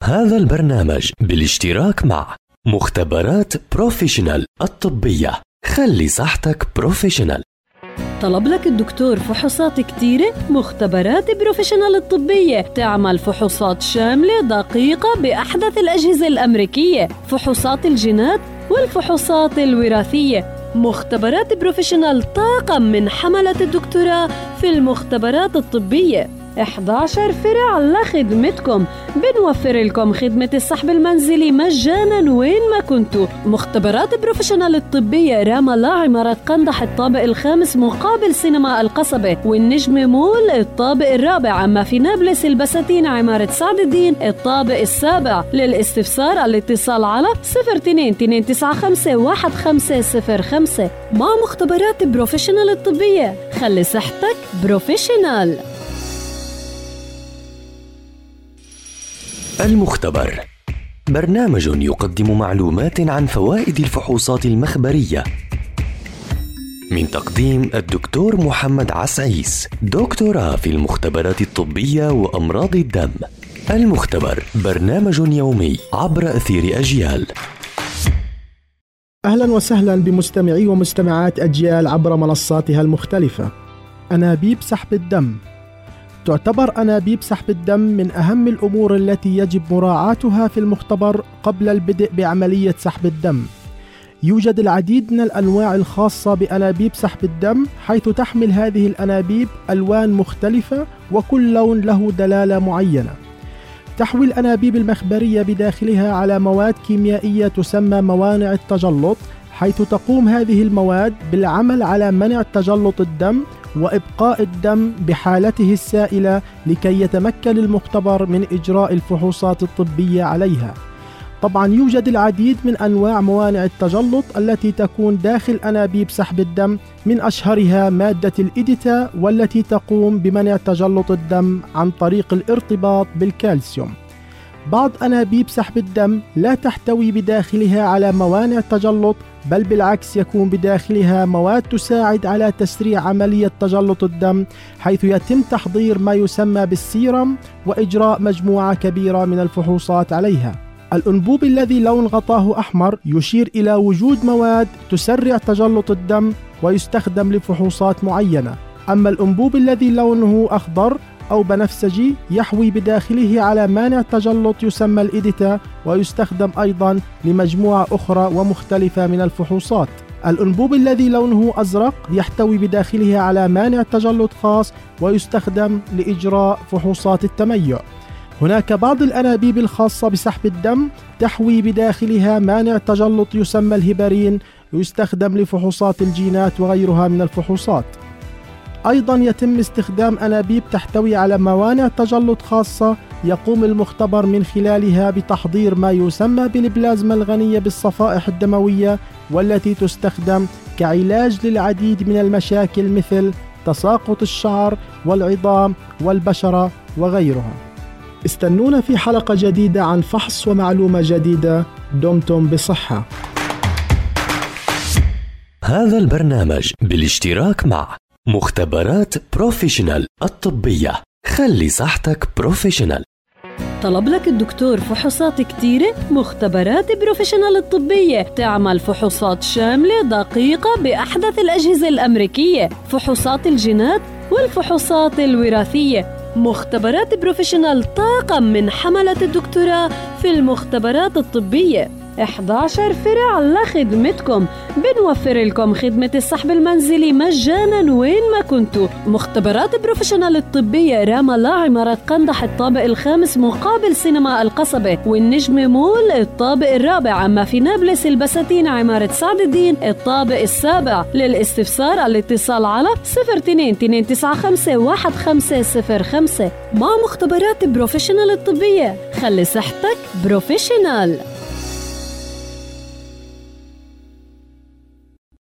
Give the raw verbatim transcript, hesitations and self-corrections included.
هذا البرنامج بالاشتراك مع مختبرات بروفيشنال الطبية. خلي صحتك بروفيشنال. طلب لك الدكتور فحوصات كتيرة؟ مختبرات بروفيشنال الطبية تعمل فحوصات شاملة دقيقة بأحدث الأجهزة الأمريكية، فحوصات الجينات والفحوصات الوراثية. مختبرات بروفيشنال طاقم من حملة الدكتوراه في المختبرات الطبية. إحدى عشر فرع لخدمتكم. بنوفر لكم خدمة السحب المنزلي مجانا وين ما كنتوا. مختبرات بروفيشنال الطبية رام الله، عمارة قندح الطابق الخامس مقابل سينما القصبة، والنجم مول الطابق الرابع. أما في نابلس البساتين عمارة سعد الدين الطابق السابع. للاستفسار الاتصال على صفر اثنين اثنين تسعة خمسة واحد خمسة صفر خمسة. مع مختبرات بروفيشنال الطبية، خلي صحتك بروفيشنال. المختبر برنامج يقدم معلومات عن فوائد الفحوصات المخبرية، من تقديم الدكتور محمد عسعيس، دكتوراه في المختبرات الطبية وأمراض الدم. المختبر برنامج يومي عبر أثير أجيال. أهلا وسهلا بمستمعي ومستمعات أجيال عبر منصاتها المختلفة. أنابيب سحب الدم. تعتبر أنابيب سحب الدم من أهم الأمور التي يجب مراعاتها في المختبر قبل البدء بعملية سحب الدم. يوجد العديد من الأنواع الخاصة بأنابيب سحب الدم، حيث تحمل هذه الأنابيب ألوان مختلفة وكل لون له دلالة معينة. تحوي الأنابيب المخبرية بداخلها على مواد كيميائية تسمى موانع التجلط، حيث تقوم هذه المواد بالعمل على منع تجلط الدم وإبقاء الدم بحالته السائلة لكي يتمكن المختبر من إجراء الفحوصات الطبية عليها. طبعا يوجد العديد من أنواع موانع التجلط التي تكون داخل أنابيب سحب الدم، من أشهرها مادة الإيديتا، والتي تقوم بمنع تجلط الدم عن طريق الارتباط بالكالسيوم. بعض أنابيب سحب الدم لا تحتوي بداخلها على موانع تجلط، بل بالعكس يكون بداخلها مواد تساعد على تسريع عملية تجلط الدم، حيث يتم تحضير ما يسمى بالسيرم وإجراء مجموعة كبيرة من الفحوصات عليها. الأنبوب الذي لون غطاه أحمر يشير إلى وجود مواد تسرع تجلط الدم ويستخدم لفحوصات معينة. أما الأنبوب الذي لونه أخضر أو بنفسجي يحوي بداخله على مانع تجلط يسمى الإيديتا، ويستخدم أيضا لمجموعة أخرى ومختلفة من الفحوصات. الأنبوب الذي لونه أزرق يحتوي بداخله على مانع تجلط خاص ويستخدم لإجراء فحوصات التميع. هناك بعض الأنابيب الخاصة بسحب الدم تحوي بداخلها مانع تجلط يسمى الهيبارين، ويستخدم لفحوصات الجينات وغيرها من الفحوصات. أيضا يتم استخدام أنابيب تحتوي على موانع تجلط خاصة، يقوم المختبر من خلالها بتحضير ما يسمى بالبلازما الغنية بالصفائح الدموية، والتي تستخدم كعلاج للعديد من المشاكل مثل تساقط الشعر والعظام والبشرة وغيرها. استنونا في حلقة جديدة عن فحص ومعلومة جديدة. دمتم بصحة. هذا البرنامج بالاشتراك مع مختبرات بروفيشنال الطبية. خلي صحتك بروفيشنال. طلب لك الدكتور فحوصات كتيرة؟ مختبرات بروفيشنال الطبية تعمل فحوصات شاملة دقيقة بأحدث الأجهزة الأمريكية، فحوصات الجينات والفحوصات الوراثية. مختبرات بروفيشنال طاقم من حملة الدكتوراه في المختبرات الطبية. إحدى عشر فرع لخدمتكم. بنوفر لكم خدمة السحب المنزلي مجانا وين ما كنتوا. مختبرات بروفيشنال الطبية رام الله، عمارة قندح الطابق الخامس مقابل سينما القصبة، والنجم مول الطابق الرابع. أما في نابلس البساتين عمارة سعد الدين الطابق السابع. للاستفسار الاتصال على صفر اثنين اثنين تسعة خمسة واحد خمسة صفر خمسة. مع مختبرات بروفيشنال الطبية، خلي صحتك بروفيشنال.